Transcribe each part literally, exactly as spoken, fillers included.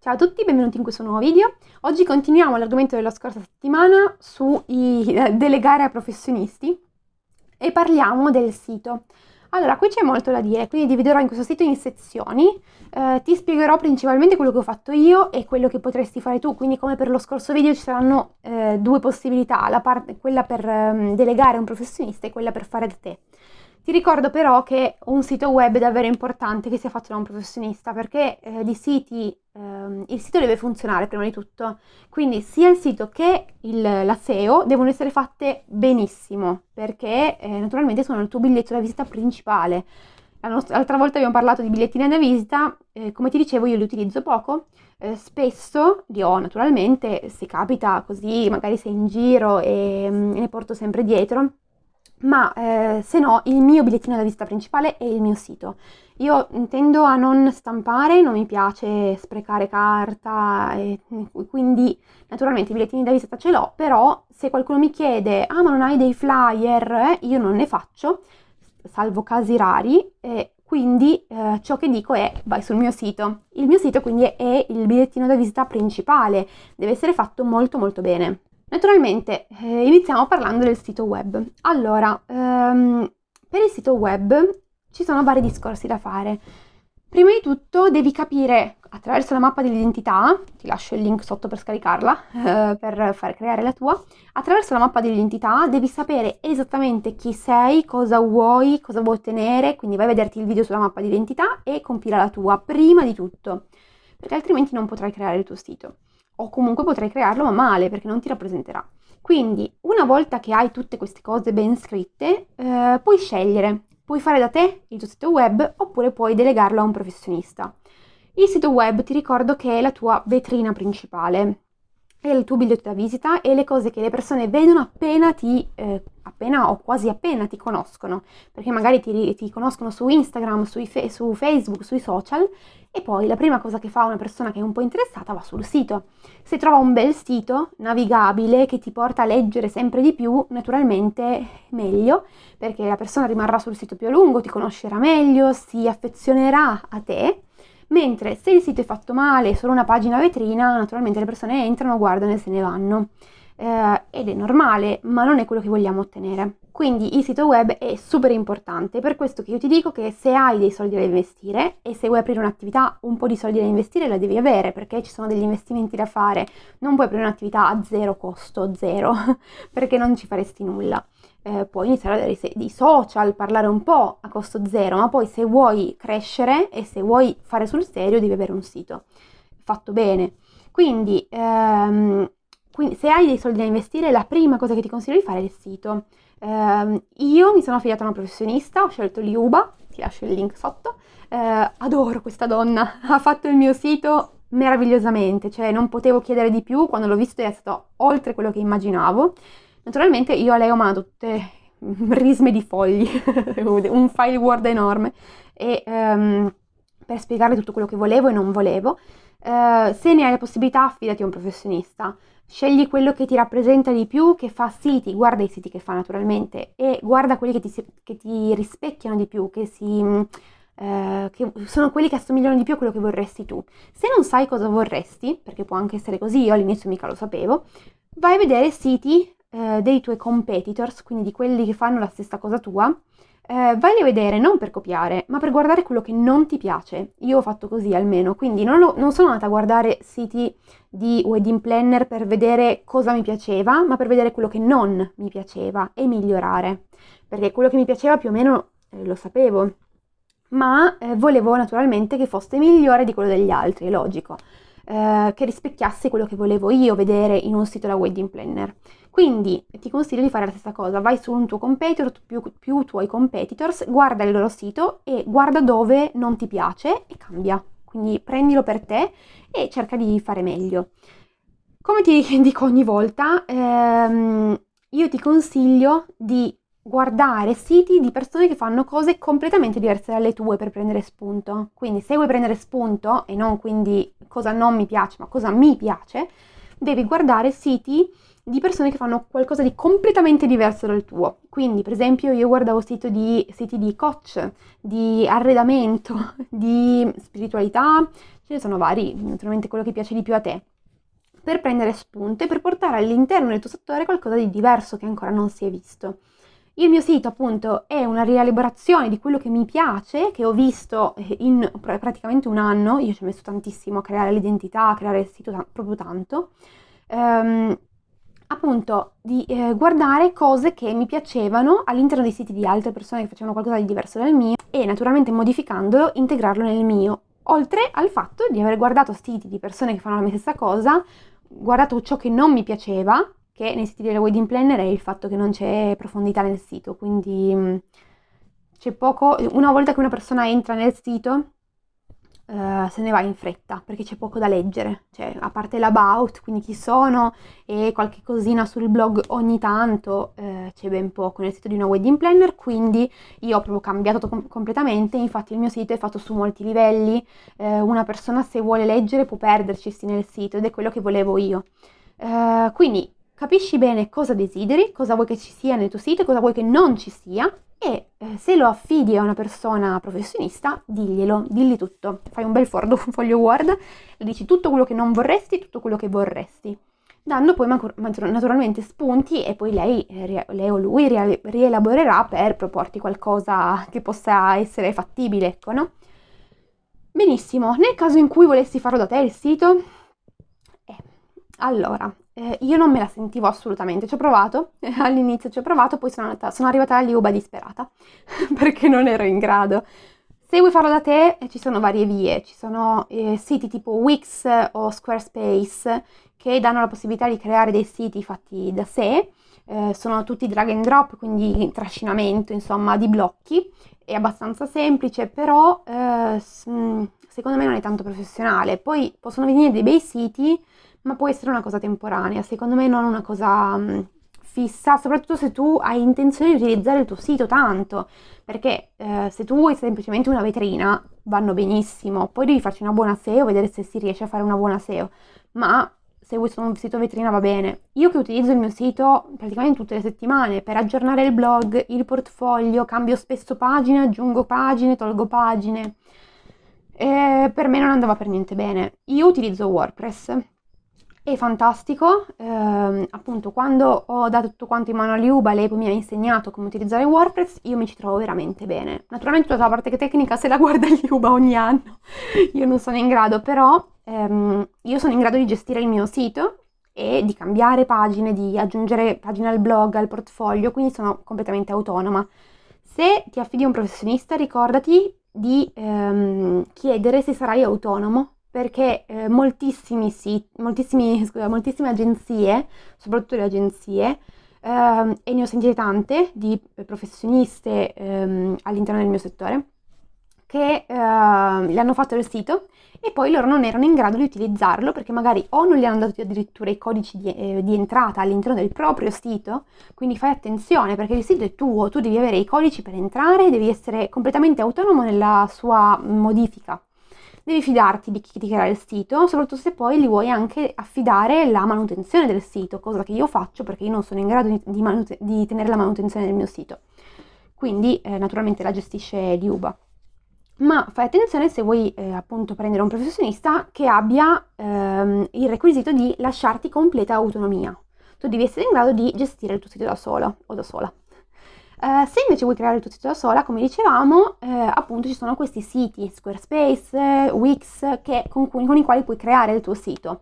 Ciao a tutti, benvenuti in questo nuovo video. Oggi continuiamo l'argomento della scorsa settimana su i, eh, delegare a professionisti e parliamo del sito. Allora, qui c'è molto da dire, quindi dividerò in questo sito in sezioni, eh, ti spiegherò principalmente quello che ho fatto io e quello che potresti fare tu, quindi come per lo scorso video ci saranno eh, due possibilità, la parte, quella per ehm, delegare a un professionista e quella per fare da te. Ti ricordo però che un sito web è davvero importante che sia fatto da un professionista perché eh, di siti, ehm, il sito deve funzionare prima di tutto, quindi sia il sito che il, la S E O devono essere fatte benissimo perché eh, naturalmente sono il tuo biglietto da visita principale. L'altra volta abbiamo parlato di bigliettini da visita, eh, come ti dicevo io li utilizzo poco, eh, spesso li ho naturalmente, se capita così magari sei in giro e mm, ne porto sempre dietro. Ma eh, se no il mio bigliettino da visita principale è il mio sito. Io tendo a non stampare, non mi piace sprecare carta, e quindi naturalmente i bigliettini da visita ce l'ho, però se qualcuno mi chiede ah ma non hai dei flyer, eh, io non ne faccio, salvo casi rari, e quindi eh, ciò che dico è vai sul mio sito. Il mio sito quindi è il bigliettino da visita principale, deve essere fatto molto molto bene. Naturalmente eh, iniziamo parlando del sito web. Allora, ehm, per il sito web ci sono vari discorsi da fare. Prima di tutto devi capire attraverso la mappa dell'identità, ti lascio il link sotto per scaricarla, eh, per far creare la tua, attraverso la mappa dell'identità devi sapere esattamente chi sei, cosa vuoi, cosa vuoi ottenere, quindi vai a vederti il video sulla mappa d'identità e compila la tua prima di tutto, perché altrimenti non potrai creare il tuo sito. O comunque potrai crearlo ma male perché non ti rappresenterà. Quindi una volta che hai tutte queste cose ben scritte, eh, puoi scegliere, puoi fare da te il tuo sito web oppure puoi delegarlo a un professionista. Il sito web ti ricordo che è la tua vetrina principale, è il tuo biglietto da visita e le cose che le persone vedono appena ti, eh, appena o quasi appena ti conoscono, perché magari ti, ti conoscono su Instagram, sui fe- su Facebook, sui social e poi la prima cosa che fa una persona che è un po' interessata va sul sito. Se trova un bel sito navigabile che ti porta a leggere sempre di più, naturalmente meglio, perché la persona rimarrà sul sito più a lungo, ti conoscerà meglio, si affezionerà a te. Mentre se il sito è fatto male, è solo una pagina vetrina, naturalmente le persone entrano, guardano e se ne vanno. Eh, ed è normale, ma non è quello che vogliamo ottenere. Quindi il sito web è super importante, per questo che io ti dico che se hai dei soldi da investire e se vuoi aprire un'attività, un po' di soldi da investire la devi avere, perché ci sono degli investimenti da fare. Non puoi aprire un'attività a zero costo, zero, perché non ci faresti nulla. Eh, puoi iniziare a vedere i social, parlare un po' a costo zero, ma poi se vuoi crescere e se vuoi fare sul serio devi avere un sito fatto bene. Quindi, ehm, quindi se hai dei soldi da investire, la prima cosa che ti consiglio di fare è il sito. Eh, io mi sono affiliata a una professionista, ho scelto Liuba, ti lascio il link sotto, eh, adoro questa donna, ha fatto il mio sito meravigliosamente, cioè non potevo chiedere di più, quando l'ho visto è stato oltre quello che immaginavo. Naturalmente io a lei ho mandato tutte risme di fogli, un file Word enorme, e um, per spiegare tutto quello che volevo e non volevo. Uh, se ne hai la possibilità, affidati a un professionista. Scegli quello che ti rappresenta di più, che fa siti, guarda i siti che fa naturalmente, e guarda quelli che ti, che ti rispecchiano di più, che, si, uh, che sono quelli che assomigliano di più a quello che vorresti tu. Se non sai cosa vorresti, perché può anche essere così, io all'inizio mica lo sapevo, vai a vedere siti dei tuoi competitors, quindi di quelli che fanno la stessa cosa tua, eh, vai a vedere non per copiare, ma per guardare quello che non ti piace. Io ho fatto così almeno, quindi non, lo, non sono andata a guardare siti di wedding planner per vedere cosa mi piaceva, ma per vedere quello che non mi piaceva e migliorare, perché quello che mi piaceva più o meno eh, lo sapevo, ma eh, volevo naturalmente che fosse migliore di quello degli altri, è logico. Eh, che rispecchiasse quello che volevo io vedere in un sito da wedding planner. Quindi ti consiglio di fare la stessa cosa, vai su un tuo competitor, più, più tuoi competitors, guarda il loro sito e guarda dove non ti piace e cambia. Quindi prendilo per te e cerca di fare meglio. Come ti dico ogni volta, ehm, io ti consiglio di guardare siti di persone che fanno cose completamente diverse dalle tue per prendere spunto. Quindi se vuoi prendere spunto, e non quindi cosa non mi piace, ma cosa mi piace, devi guardare siti di persone che fanno qualcosa di completamente diverso dal tuo. Quindi, per esempio, io guardavo siti di, siti di coach, di arredamento, di spiritualità, ce ce ne sono vari, naturalmente quello che piace di più a te, per prendere spunte, per portare all'interno del tuo settore qualcosa di diverso che ancora non si è visto. Il mio sito appunto è una rielaborazione di quello che mi piace, che ho visto in praticamente un anno. Io ci ho messo tantissimo a creare l'identità, a creare il sito t- proprio tanto, ehm, appunto di eh, guardare cose che mi piacevano all'interno dei siti di altre persone che facevano qualcosa di diverso dal mio e naturalmente modificandolo integrarlo nel mio, oltre al fatto di aver guardato siti di persone che fanno la mia stessa cosa, guardato ciò che non mi piaceva, che nei siti della wedding planner è il fatto che non c'è profondità nel sito, quindi mh, c'è poco, una volta che una persona entra nel sito uh, se ne va in fretta, perché c'è poco da leggere, cioè a parte l'about, quindi chi sono e qualche cosina sul blog ogni tanto, eh, c'è ben poco nel sito di una wedding planner, quindi io ho proprio cambiato com- completamente, infatti il mio sito è fatto su molti livelli, eh, una persona se vuole leggere può perderci nel sito ed è quello che volevo io. Uh, quindi capisci bene cosa desideri, cosa vuoi che ci sia nel tuo sito e cosa vuoi che non ci sia e eh, se lo affidi a una persona professionista, diglielo, digli tutto. Fai un bel foglio, un foglio Word e dici tutto quello che non vorresti, tutto quello che vorresti, dando poi naturalmente spunti e poi lei, lei o lui rielaborerà per proporti qualcosa che possa essere fattibile, ecco, no? Benissimo, nel caso in cui volessi farlo da te il sito, eh, allora, eh, io non me la sentivo assolutamente, ci ho provato, eh, all'inizio ci ho provato, poi sono, andata, sono arrivata all'Iuba disperata, perché non ero in grado. Se vuoi farlo da te, eh, ci sono varie vie, ci sono eh, siti tipo Wix o Squarespace che danno la possibilità di creare dei siti fatti da sé, eh, sono tutti drag and drop, quindi trascinamento, insomma, di blocchi, è abbastanza semplice, però eh, secondo me non è tanto professionale. Poi possono venire dei bei siti, ma può essere una cosa temporanea, secondo me non una cosa mh, fissa, soprattutto se tu hai intenzione di utilizzare il tuo sito tanto, perché eh, se tu vuoi semplicemente una vetrina vanno benissimo, poi devi farci una buona S E O, vedere se si riesce a fare una buona S E O, ma se vuoi solo un sito vetrina va bene. Io che utilizzo il mio sito praticamente tutte le settimane per aggiornare il blog, il portfolio, cambio spesso pagine, aggiungo pagine, tolgo pagine, e per me non andava per niente bene. Io utilizzo WordPress. È fantastico, ehm, appunto quando ho dato tutto quanto in mano a Liuba, lei poi mi ha insegnato come utilizzare WordPress, io mi ci trovo veramente bene. Naturalmente tutta la parte tecnica se la guarda Liuba ogni anno, io non sono in grado, però ehm, io sono in grado di gestire il mio sito e di cambiare pagine, di aggiungere pagine al blog, al portfolio, quindi sono completamente autonoma. Se ti affidi a un professionista, ricordati di ehm, chiedere se sarai autonomo, perché eh, moltissimi siti, moltissimi, scusa, moltissime agenzie, soprattutto le agenzie, ehm, e ne ho sentite tante di professioniste ehm, all'interno del mio settore, che eh, le hanno fatto il sito e poi loro non erano in grado di utilizzarlo perché magari o non gli hanno dato addirittura i codici di, eh, di entrata all'interno del proprio sito, quindi fai attenzione perché il sito è tuo, tu devi avere i codici per entrare, devi essere completamente autonomo nella sua modifica. Devi fidarti di chi ti crea il sito, soprattutto se poi gli vuoi anche affidare la manutenzione del sito, cosa che io faccio perché io non sono in grado di, di, manute- di tenere la manutenzione del mio sito. Quindi eh, naturalmente la gestisce Liuba. Ma fai attenzione se vuoi eh, appunto prendere un professionista che abbia ehm, il requisito di lasciarti completa autonomia. Tu devi essere in grado di gestire il tuo sito da sola o da sola. Uh, se invece vuoi creare il tuo sito da sola, come dicevamo, eh, appunto ci sono questi siti, Squarespace, Wix, che, con, cui, con i quali puoi creare il tuo sito.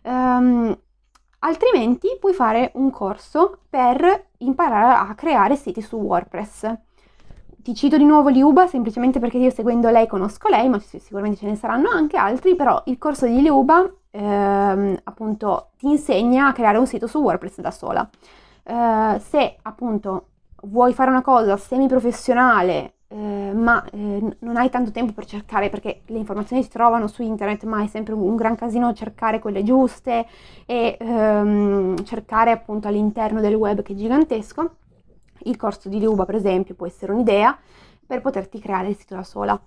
Um, altrimenti puoi fare un corso per imparare a creare siti su WordPress. Ti cito di nuovo Liuba semplicemente perché io seguendo lei conosco lei, ma sicuramente ce ne saranno anche altri, però il corso di Liuba ehm, appunto ti insegna a creare un sito su WordPress da sola. Uh, se appunto vuoi fare una cosa semi-professionale eh, ma eh, non hai tanto tempo per cercare perché le informazioni si trovano su internet, ma è sempre un, un gran casino cercare quelle giuste e ehm, cercare appunto all'interno del web che è gigantesco, il corso di Liuba per esempio può essere un'idea per poterti creare il sito da sola.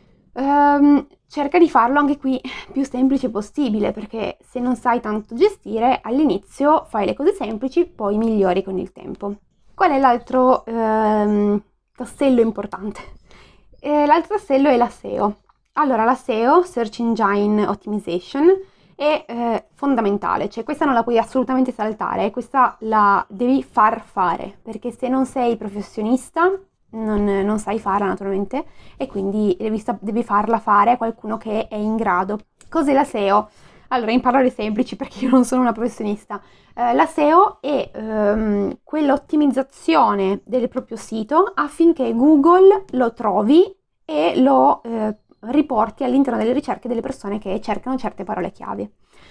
Um, cerca di farlo anche qui più semplice possibile perché se non sai tanto gestire all'inizio fai le cose semplici, poi migliori con il tempo. Qual è l'altro ehm, tassello importante? Eh, l'altro tassello è la S E O. Allora, la S E O, Search Engine Optimization, è eh, fondamentale, cioè questa non la puoi assolutamente saltare, questa la devi far fare, perché se non sei professionista non, non sai farla naturalmente e quindi devi, devi farla fare a qualcuno che è in grado. Cos'è la S E O? Allora, in parole semplici, perché io non sono una professionista, eh, la S E O è ehm, quell'ottimizzazione del proprio sito affinché Google lo trovi e lo eh, riporti all'interno delle ricerche delle persone che cercano certe parole chiave.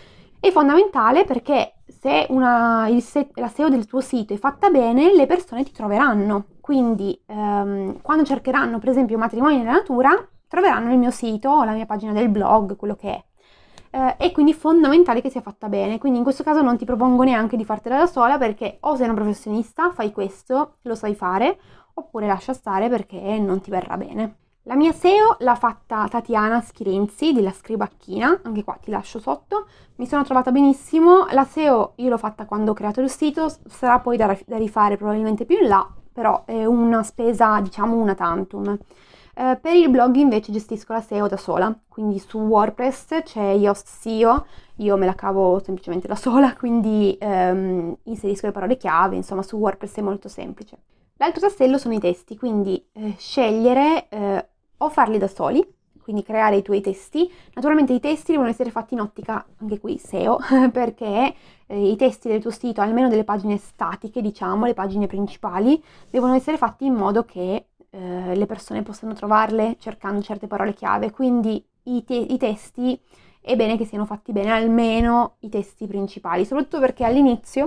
È fondamentale perché se una, il se, la S E O del tuo sito è fatta bene, le persone ti troveranno. Quindi ehm, quando cercheranno per esempio matrimoni nella natura, troveranno il mio sito o la mia pagina del blog, quello che è. Eh, è quindi fondamentale che sia fatta bene. Quindi in questo caso non ti propongo neanche di fartela da sola, perché o sei una professionista, fai questo, lo sai fare, oppure lascia stare perché non ti verrà bene. La mia S E O l'ha fatta Tatiana Schirenzi della Scribacchina, anche qua ti lascio sotto. Mi sono trovata benissimo. La S E O io l'ho fatta quando ho creato il sito, sarà poi da, da rifare probabilmente più in là, però è una spesa, diciamo, una tantum. Eh, per il blog invece gestisco la S E O da sola, quindi su WordPress c'è Yoast S E O, io me la cavo semplicemente da sola, quindi ehm, inserisco le parole chiave, insomma su WordPress è molto semplice. L'altro tassello sono i testi, quindi eh, scegliere eh, o farli da soli, quindi creare i tuoi testi. Naturalmente i testi devono essere fatti in ottica, anche qui S E O, perché eh, i testi del tuo sito, almeno delle pagine statiche, diciamo, le pagine principali, devono essere fatti in modo che eh, le persone possano trovarle cercando certe parole chiave. Quindi i, te- i testi è bene che siano fatti bene, almeno i testi principali, soprattutto perché all'inizio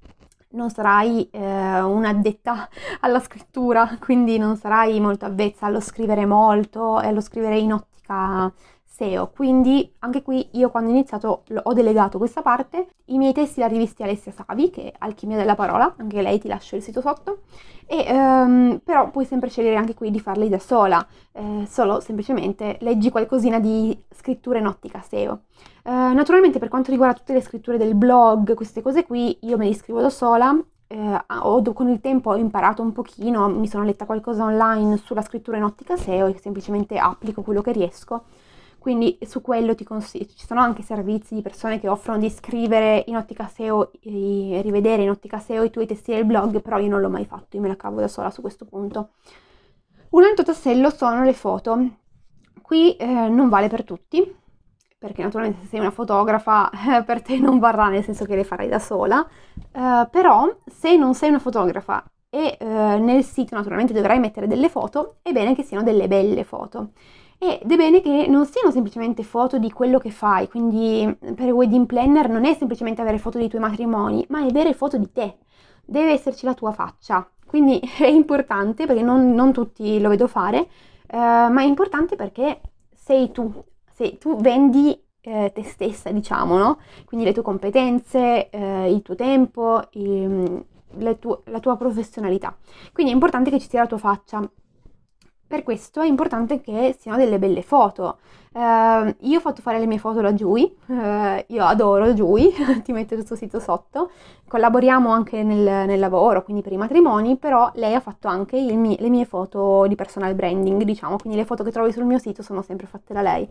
non sarai eh, un'addetta alla scrittura, quindi non sarai molto avvezza allo scrivere molto e allo scrivere in ottica S E O. Quindi anche qui io quando ho iniziato ho delegato questa parte. I miei testi li ha rivisti Alessia Savi, che è Alchimia della Parola, anche lei, ti lascio il sito sotto, e, ehm, però puoi sempre scegliere anche qui di farli da sola, eh, solo semplicemente leggi qualcosina di scrittura in ottica S E O. Uh, naturalmente per quanto riguarda tutte le scritture del blog, queste cose qui, io me le scrivo da sola, eh, ho, con il tempo ho imparato un pochino, mi sono letta qualcosa online sulla scrittura in ottica S E O e semplicemente applico quello che riesco, quindi su quello ti consiglio. Ci sono anche servizi di persone che offrono di scrivere in ottica S E O e rivedere in ottica S E O i tuoi testi del blog, però io non l'ho mai fatto, io me la cavo da sola su questo punto. Un altro tassello sono le foto. Qui eh, non vale per tutti, perché naturalmente se sei una fotografa eh, per te non varrà, nel senso che le farai da sola, eh, però se non sei una fotografa e eh, nel sito naturalmente dovrai mettere delle foto, è bene che siano delle belle foto. Ed è bene che non siano semplicemente foto di quello che fai, quindi per il wedding planner non è semplicemente avere foto dei tuoi matrimoni, ma è avere foto di te, deve esserci la tua faccia. Quindi è importante, perché non, non tutti lo vedo fare, eh, ma è importante perché sei tu, se tu vendi eh, te stessa, diciamo, no? Quindi le tue competenze, eh, il tuo tempo, il, la, tu, la tua professionalità. Quindi è importante che ci sia la tua faccia. Per questo è importante che siano delle belle foto. Uh, io ho fatto fare le mie foto da Giui, uh, io adoro Giui, ti metto il suo sito sotto, collaboriamo anche nel, nel lavoro, quindi per i matrimoni, però lei ha fatto anche il mie, le mie foto di personal branding, diciamo, quindi le foto che trovi sul mio sito sono sempre fatte da lei.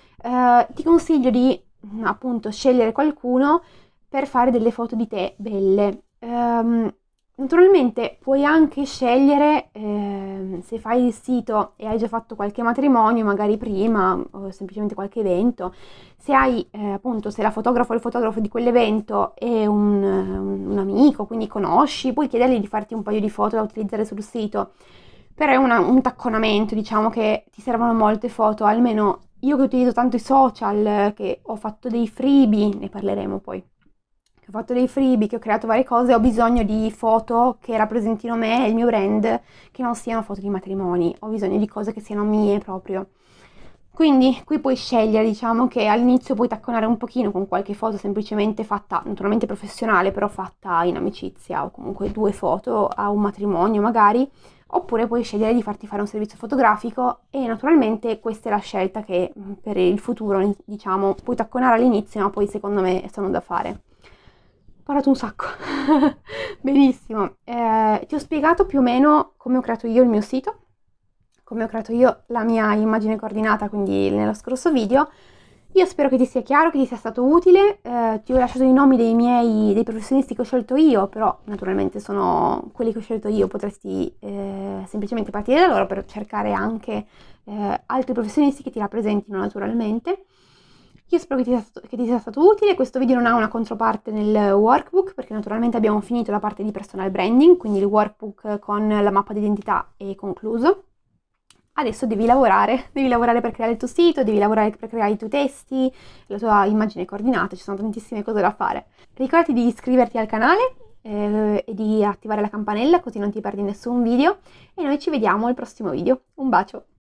Uh, ti consiglio di appunto scegliere qualcuno per fare delle foto di te belle. Um, Naturalmente puoi anche scegliere, eh, se fai il sito e hai già fatto qualche matrimonio, magari prima, o semplicemente qualche evento, se hai eh, appunto, se la fotografo o il fotografo di quell'evento è un, un amico, quindi conosci, puoi chiedergli di farti un paio di foto da utilizzare sul sito. Però è una, un tacconamento, diciamo che ti servono molte foto, almeno io che utilizzo tanto i social, che ho fatto dei freebie, ne parleremo poi. Ho fatto dei freebie, che ho creato varie cose, ho bisogno di foto che rappresentino me e il mio brand, che non siano foto di matrimoni, ho bisogno di cose che siano mie proprio. Quindi qui puoi scegliere, diciamo che all'inizio puoi tacconare un pochino con qualche foto semplicemente fatta, naturalmente professionale, però fatta in amicizia, o comunque due foto a un matrimonio magari, oppure puoi scegliere di farti fare un servizio fotografico e naturalmente questa è la scelta che per il futuro, diciamo, puoi tacconare all'inizio, ma poi secondo me sono da fare. Ho parlato un sacco. Benissimo. Eh, ti ho spiegato più o meno come ho creato io il mio sito, come ho creato io la mia immagine coordinata, quindi nello scorso video. Io spero che ti sia chiaro, che ti sia stato utile. Eh, ti ho lasciato i nomi dei miei dei professionisti che ho scelto io, però naturalmente sono quelli che ho scelto io, potresti eh, semplicemente partire da loro per cercare anche eh, altri professionisti che ti rappresentino naturalmente. Io spero che ti, sia stato, che ti sia stato utile. Questo video non ha una controparte nel workbook, perché naturalmente abbiamo finito la parte di personal branding, quindi il workbook con la mappa di identità è concluso. Adesso devi lavorare, devi lavorare per creare il tuo sito, devi lavorare per creare i tuoi testi, la tua immagine coordinata, ci sono tantissime cose da fare. Ricordati di iscriverti al canale eh, e di attivare la campanella così non ti perdi nessun video e noi ci vediamo al prossimo video. Un bacio!